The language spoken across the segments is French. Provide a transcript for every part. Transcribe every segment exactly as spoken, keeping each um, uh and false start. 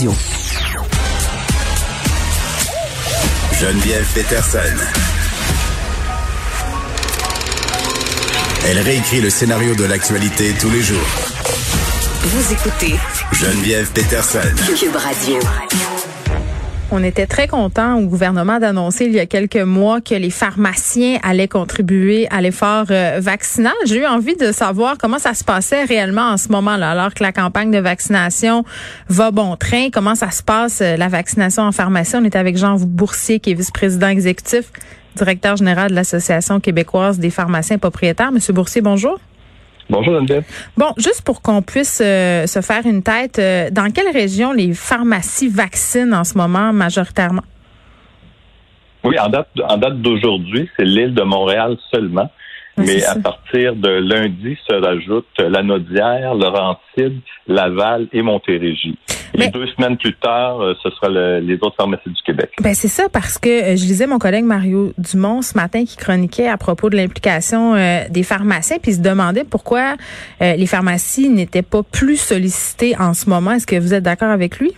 Radio. Geneviève Peterson. Elle réécrit le scénario de l'actualité tous les jours. Vous écoutez Geneviève Peterson. Cube Radio. On était très contents au gouvernement d'annoncer il y a quelques mois que les pharmaciens allaient contribuer à l'effort euh, vaccinal. J'ai eu envie de savoir comment ça se passait réellement en ce moment-là, alors que la campagne de vaccination va bon train. Comment ça se passe, euh, la vaccination en pharmacie? On est avec Jean Boursier, qui est vice-président exécutif, directeur général de l'Association québécoise des pharmaciens propriétaires. Monsieur Boursier, bonjour. Bonjour, Geneviève. Bon, juste pour qu'on puisse euh, se faire une tête, euh, dans quelle région les pharmacies vaccinent en ce moment majoritairement? Oui, en date, en date d'aujourd'hui, c'est l'île de Montréal seulement. Oui, mais à partir de lundi se rajoutent Lanaudière, Laurentides, Laval et Montérégie. Et deux semaines plus tard, ce sera le, les autres pharmacies du Québec. Ben c'est ça, parce que euh, je lisais mon collègue Mario Dumont ce matin qui chroniquait à propos de l'implication euh, des pharmaciens, puis il se demandait pourquoi euh, les pharmacies n'étaient pas plus sollicitées en ce moment. Est-ce que vous êtes d'accord avec lui?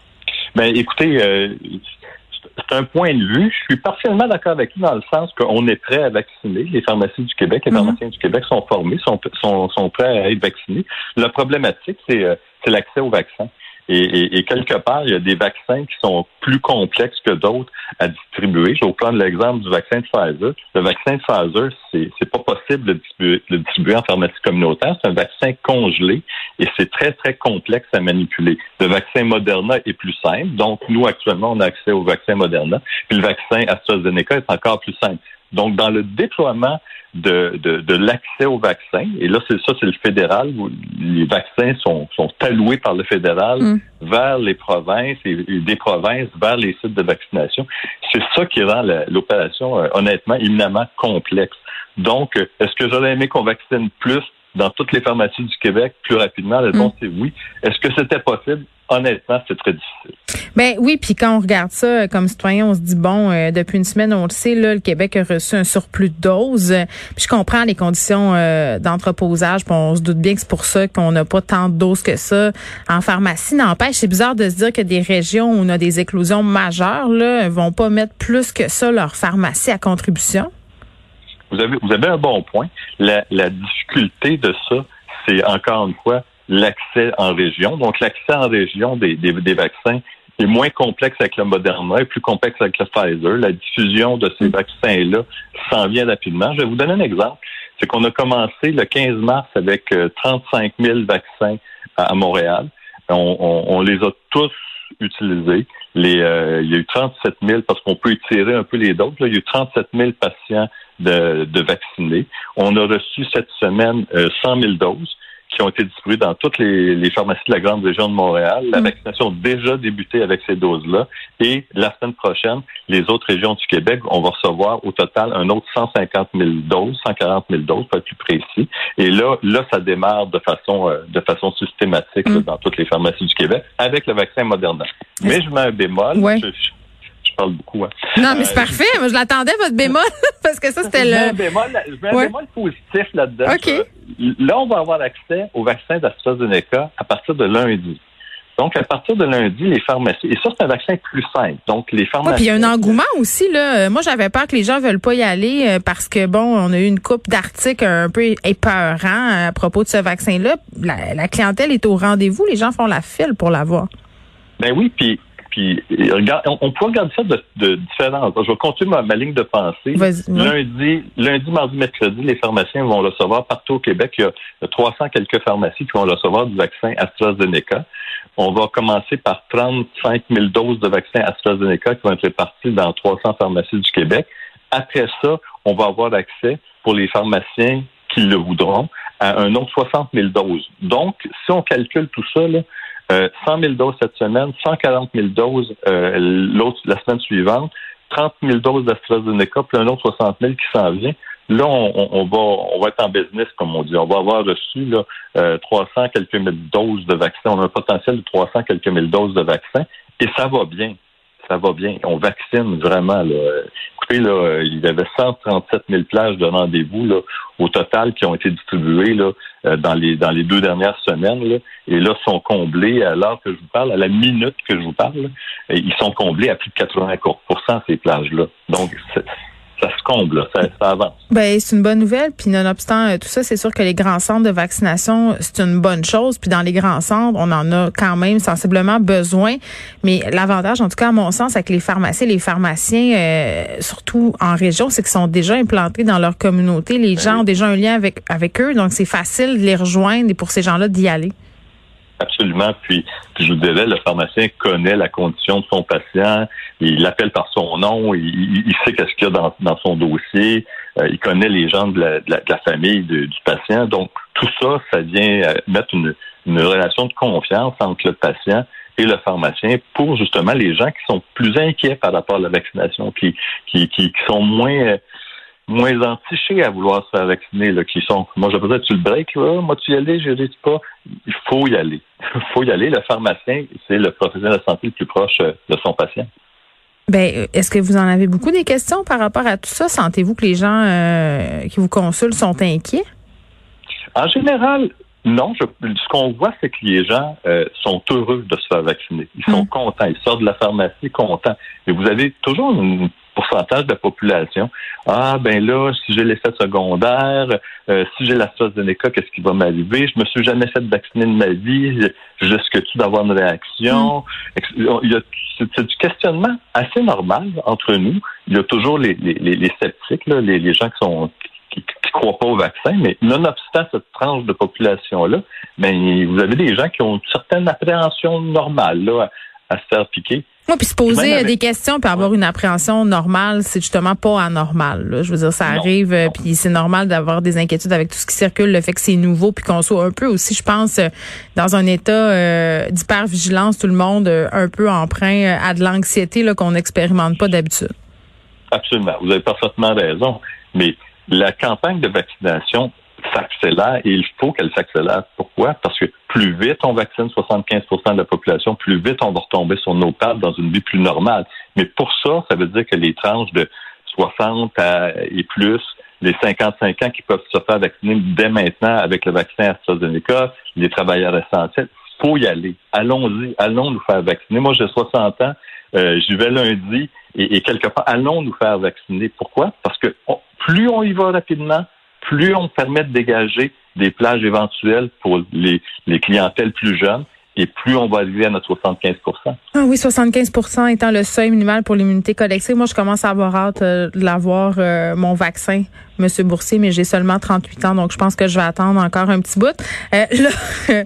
Ben écoutez, euh, c'est un point de vue. Je suis partiellement d'accord avec lui dans le sens qu'on est prêt à vacciner. Les pharmacies du Québec, les mm-hmm. pharmaciens du Québec sont formés, sont, sont, sont prêts à être vaccinés. La problématique, c'est, euh, c'est l'accès aux vaccins. Et, et, et quelque part, il y a des vaccins qui sont plus complexes que d'autres à distribuer. Je vais vous prendre l'exemple du vaccin de Pfizer. Le vaccin de Pfizer, c'est, c'est pas possible de distribuer, de distribuer en pharmacie communautaire. C'est un vaccin congelé et c'est très, très complexe à manipuler. Le vaccin Moderna est plus simple. Donc, nous, actuellement, on a accès au vaccin Moderna. Puis le vaccin AstraZeneca est encore plus simple. Donc, dans le déploiement de, de, de l'accès aux vaccins, et là, c'est ça, c'est le fédéral, où les vaccins sont, sont alloués par le fédéral mm. vers les provinces et, et des provinces vers les sites de vaccination. C'est ça qui rend la, l'opération, euh, honnêtement, éminemment complexe. Donc, euh, est-ce que j'aurais aimé qu'on vaccine plus dans toutes les pharmacies du Québec plus rapidement? La réponse mm. est oui. Est-ce que c'était possible? Honnêtement, c'est très difficile. Ben oui, puis quand on regarde ça comme citoyen, on se dit bon, euh, depuis une semaine, on le sait, là, le Québec a reçu un surplus de doses. Puis je comprends les conditions euh, d'entreposage, puis on se doute bien que c'est pour ça qu'on n'a pas tant de doses que ça en pharmacie. N'empêche, c'est bizarre de se dire que des régions où on a des éclosions majeures là vont pas mettre plus que ça leur pharmacie à contribution. Vous avez vous avez un bon point. La, la difficulté de ça, c'est encore une fois l'accès en région. Donc, l'accès en région des, des, des vaccins est moins complexe avec le Moderna et plus complexe avec le Pfizer. La diffusion de ces vaccins-là s'en vient rapidement. Je vais vous donner un exemple. C'est qu'on a commencé le quinze mars avec trente-cinq mille vaccins à, à Montréal. On, on, on les a tous utilisés. Les, euh, il y a eu trente-sept mille, parce qu'on peut étirer un peu les doses, là, il y a eu trente-sept mille patients de, de vaccinés. On a reçu cette semaine euh, cent mille doses qui ont été distribuées dans toutes les, les pharmacies de la grande région de Montréal. La mmh. vaccination a déjà débuté avec ces doses-là. Et la semaine prochaine, les autres régions du Québec, on va recevoir au total un autre cent cinquante mille doses, cent quarante mille doses, pour être plus précis. Et là, là, ça démarre de façon euh, de façon systématique mmh. là, dans toutes les pharmacies du Québec avec le vaccin Moderna. Mais je mets un bémol. Ouais. Je, je, je parle beaucoup. Hein. Non, mais c'est euh, parfait. Moi, je l'attendais, votre bémol, parce que ça, c'était je le... Mets un bémol, je mets ouais. un bémol positif là-dedans. OK. Là, on va avoir accès au vaccin d'AstraZeneca à partir de lundi. Donc, à partir de lundi, les pharmacies... Et ça, c'est un vaccin plus simple. Donc, les pharmacies... Ouais, puis il y a un engouement aussi, là. Moi, j'avais peur que les gens veulent pas y aller parce que, bon, on a eu une couple d'articles un peu épeurants à propos de ce vaccin-là. La, la clientèle est au rendez-vous. Les gens font la file pour l'avoir. Ben oui, puis... Puis, regarde, on, on peut regarder ça de, de différents. Je vais continuer ma, ma ligne de pensée. Vas-y, lundi, lundi, mardi, mercredi, les pharmaciens vont recevoir partout au Québec. Il y a trois cents quelques pharmacies qui vont recevoir du vaccin AstraZeneca. On va commencer par trente-cinq mille doses de vaccin AstraZeneca qui vont être réparties dans trois cents pharmacies du Québec. Après ça, on va avoir accès pour les pharmaciens qui le voudront à un autre soixante mille doses. Donc, si on calcule tout ça, là, Euh, cent mille doses cette semaine, cent quarante mille doses euh, l'autre la semaine suivante, trente mille doses d'AstraZeneca, puis un autre soixante mille qui s'en vient. Là, on, on va on va être en business, comme on dit. On va avoir reçu là, euh, trois cents quelques mille doses de vaccins. On a un potentiel de trois cents quelques mille doses de vaccins. Et ça va bien. ça va bien. On vaccine vraiment, là. Écoutez, là, il y avait cent trente-sept mille plages de rendez-vous, là, au total, qui ont été distribuées, là, dans les, dans les deux dernières semaines, là. Et là, sont comblés, à l'heure que je vous parle, à la minute que je vous parle, là, ils sont comblés à plus de quatre-vingts pour cent ces plages-là. Donc, c'est, ça se comble, ça, ça avance. Ben c'est une bonne nouvelle. Puis nonobstant tout ça, c'est sûr que les grands centres de vaccination, c'est une bonne chose. Puis dans les grands centres, on en a quand même sensiblement besoin. Mais l'avantage, en tout cas à mon sens, avec les pharmacies, les pharmaciens, euh, surtout en région, c'est qu'ils sont déjà implantés dans leur communauté. Les gens ont déjà un lien avec avec eux, donc c'est facile de les rejoindre et pour ces gens-là d'y aller. Absolument. Puis, puis je vous dirais, le pharmacien connaît la condition de son patient. Il l'appelle par son nom. Il, il, il sait qu'est-ce qu'il y a dans, dans son dossier. Euh, il connaît les gens de la, de la, de la famille de, du patient. Donc, tout ça, ça vient mettre une, une relation de confiance entre le patient et le pharmacien pour justement les gens qui sont plus inquiets par rapport à la vaccination, qui, qui, qui, qui sont moins... moins entichés à vouloir se faire vacciner, là, qui sont, moi, je peux dire, tu le break, là, moi, tu y aller, je dis pas. Il faut y aller. Il faut y aller. Le pharmacien, c'est le professionnel de la santé le plus proche de son patient. Ben, est-ce que vous en avez beaucoup des questions par rapport à tout ça? Sentez-vous que les gens euh, qui vous consultent sont inquiets? En général, non. Je, ce qu'on voit, c'est que les gens euh, sont heureux de se faire vacciner. Ils sont mmh. contents. Ils sortent de la pharmacie contents. Mais vous avez toujours une pourcentage de la population. Ah, ben là, si j'ai l'effet secondaire, euh, si j'ai l'AstraZeneca, qu'est-ce qui va m'arriver? Je me suis jamais fait vacciner de ma vie. Je risque-tu d'avoir une réaction? Mm. Il y a, c'est, c'est du questionnement assez normal entre nous. Il y a toujours les, les, les sceptiques, là, les, les gens qui sont qui ne croient pas au vaccin, mais nonobstant cette tranche de population-là, ben, vous avez des gens qui ont une certaine appréhension normale là, à, à se faire piquer. Oui, puis se poser avec... des questions puis avoir une appréhension normale, c'est justement pas anormal. Là. Je veux dire, ça non, arrive, non. Puis c'est normal d'avoir des inquiétudes avec tout ce qui circule, le fait que c'est nouveau, puis qu'on soit un peu aussi, je pense, dans un état euh, d'hypervigilance, tout le monde euh, un peu emprunt à de l'anxiété là qu'on n'expérimente pas d'habitude. Absolument, vous avez parfaitement raison. Mais la campagne de vaccination s'accélère et il faut qu'elle s'accélère. Pourquoi? Parce que plus vite on vaccine soixante-quinze pour cent de la population, plus vite on va retomber sur nos pattes dans une vie plus normale. Mais pour ça, ça veut dire que les tranches de soixante à, et plus, les cinquante-cinq ans qui peuvent se faire vacciner dès maintenant avec le vaccin AstraZeneca, les travailleurs essentiels, il faut y aller. Allons-y, allons nous faire vacciner. Moi, j'ai soixante ans, euh, j'y vais lundi et, et quelque part, allons nous faire vacciner. Pourquoi? Parce que on, plus on y va rapidement, plus on permet de dégager des plages éventuelles pour les, les clientèles plus jeunes et plus on va arriver à notre soixante-quinze pour cent. Ah oui, soixante-quinze pour cent étant le seuil minimal pour l'immunité collective. Moi, je commence à avoir hâte euh, de l'avoir, euh, mon vaccin, Monsieur Boursier, mais j'ai seulement trente-huit ans, donc je pense que je vais attendre encore un petit bout. Euh, là,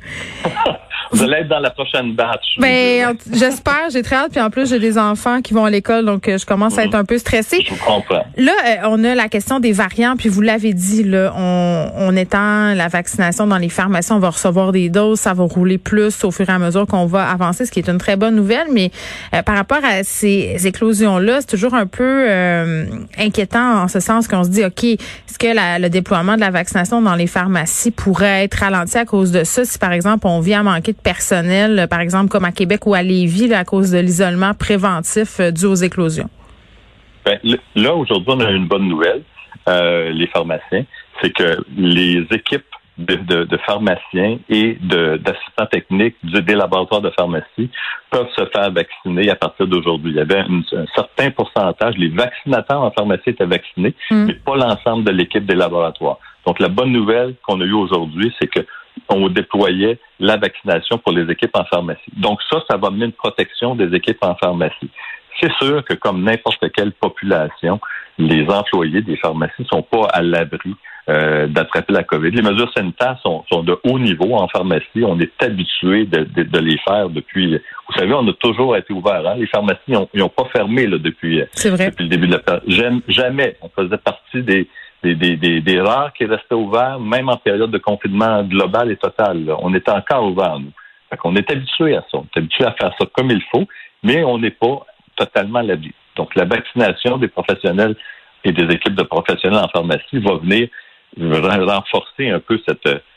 Vous allez être dans la prochaine batch. Ben, j'espère, j'ai très hâte. Puis en plus, j'ai des enfants qui vont à l'école, donc je commence à être un peu stressée. Je comprends. Là, on a la question des variants, puis vous l'avez dit, là, on, on étend la vaccination dans les pharmacies, on va recevoir des doses, ça va rouler plus au fur et à mesure qu'on va avancer, ce qui est une très bonne nouvelle. Mais euh, par rapport à ces éclosions-là, c'est toujours un peu euh, inquiétant en ce sens qu'on se dit, OK, est-ce que la, le déploiement de la vaccination dans les pharmacies pourrait être ralenti à cause de ça, si par exemple on vient à manquer de personnel, par exemple comme à Québec ou à Lévis, là, à cause de l'isolement préventif euh, dû aux éclosions? Ben, là, aujourd'hui, on a une bonne nouvelle, euh, les pharmaciens, c'est que les équipes de, de, de pharmaciens et de, d'assistants techniques du, des laboratoires de pharmacie peuvent se faire vacciner à partir d'aujourd'hui. Il y avait une, un certain pourcentage, les vaccinateurs en pharmacie étaient vaccinés, mmh. mais pas l'ensemble de l'équipe des laboratoires. Donc, la bonne nouvelle qu'on a eue aujourd'hui, c'est que on déployait la vaccination pour les équipes en pharmacie. Donc ça, ça va amener une protection des équipes en pharmacie. C'est sûr que comme n'importe quelle population, les employés des pharmacies sont pas à l'abri euh, d'attraper la COVID. Les mesures sanitaires sont, sont de haut niveau en pharmacie. On est habitué de, de, de les faire depuis... Vous savez, on a toujours été ouvert. Hein? Les pharmacies, ils n'ont pas fermé là, depuis, depuis le début de la période. Jamais. On faisait partie des... Des, des, des, des rares qui restaient ouverts, même en période de confinement global et total. Là. On était encore ouverts, nous. Fait qu'on est habitué à ça. On est habitué à faire ça comme il faut, mais on n'est pas totalement à l'abri. Donc, la vaccination des professionnels et des équipes de professionnels en pharmacie va venir renforcer un peu cette,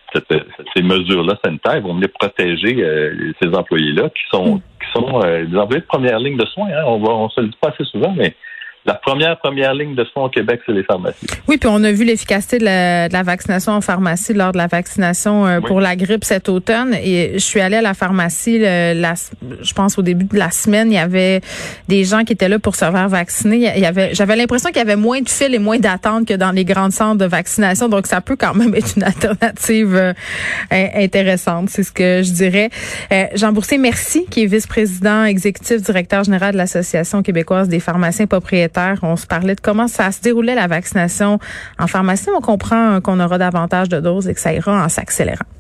cette, cette, ces mesures-là sanitaires vont venir protéger euh, ces employés-là qui sont, qui sont euh, des employés de première ligne de soins. Hein. On va, on se le dit pas assez souvent, mais la première, première ligne de soins au Québec, c'est les pharmacies. Oui, puis on a vu l'efficacité de la, de la vaccination en pharmacie lors de la vaccination euh, oui. pour la grippe cet automne. Et je suis allée à la pharmacie, le, la, je pense au début de la semaine, il y avait des gens qui étaient là pour se faire vacciner. Il y avait, j'avais l'impression qu'il y avait moins de fils et moins d'attentes que dans les grands centres de vaccination. Donc, ça peut quand même être une alternative euh, intéressante, c'est ce que je dirais. Euh, Jean Boursier, merci, qui est vice-président exécutif, directeur général de l'Association québécoise des pharmaciens propriétaires. On se parlait de comment ça se déroulait la vaccination en pharmacie. On comprend qu'on aura davantage de doses et que ça ira en s'accélérant.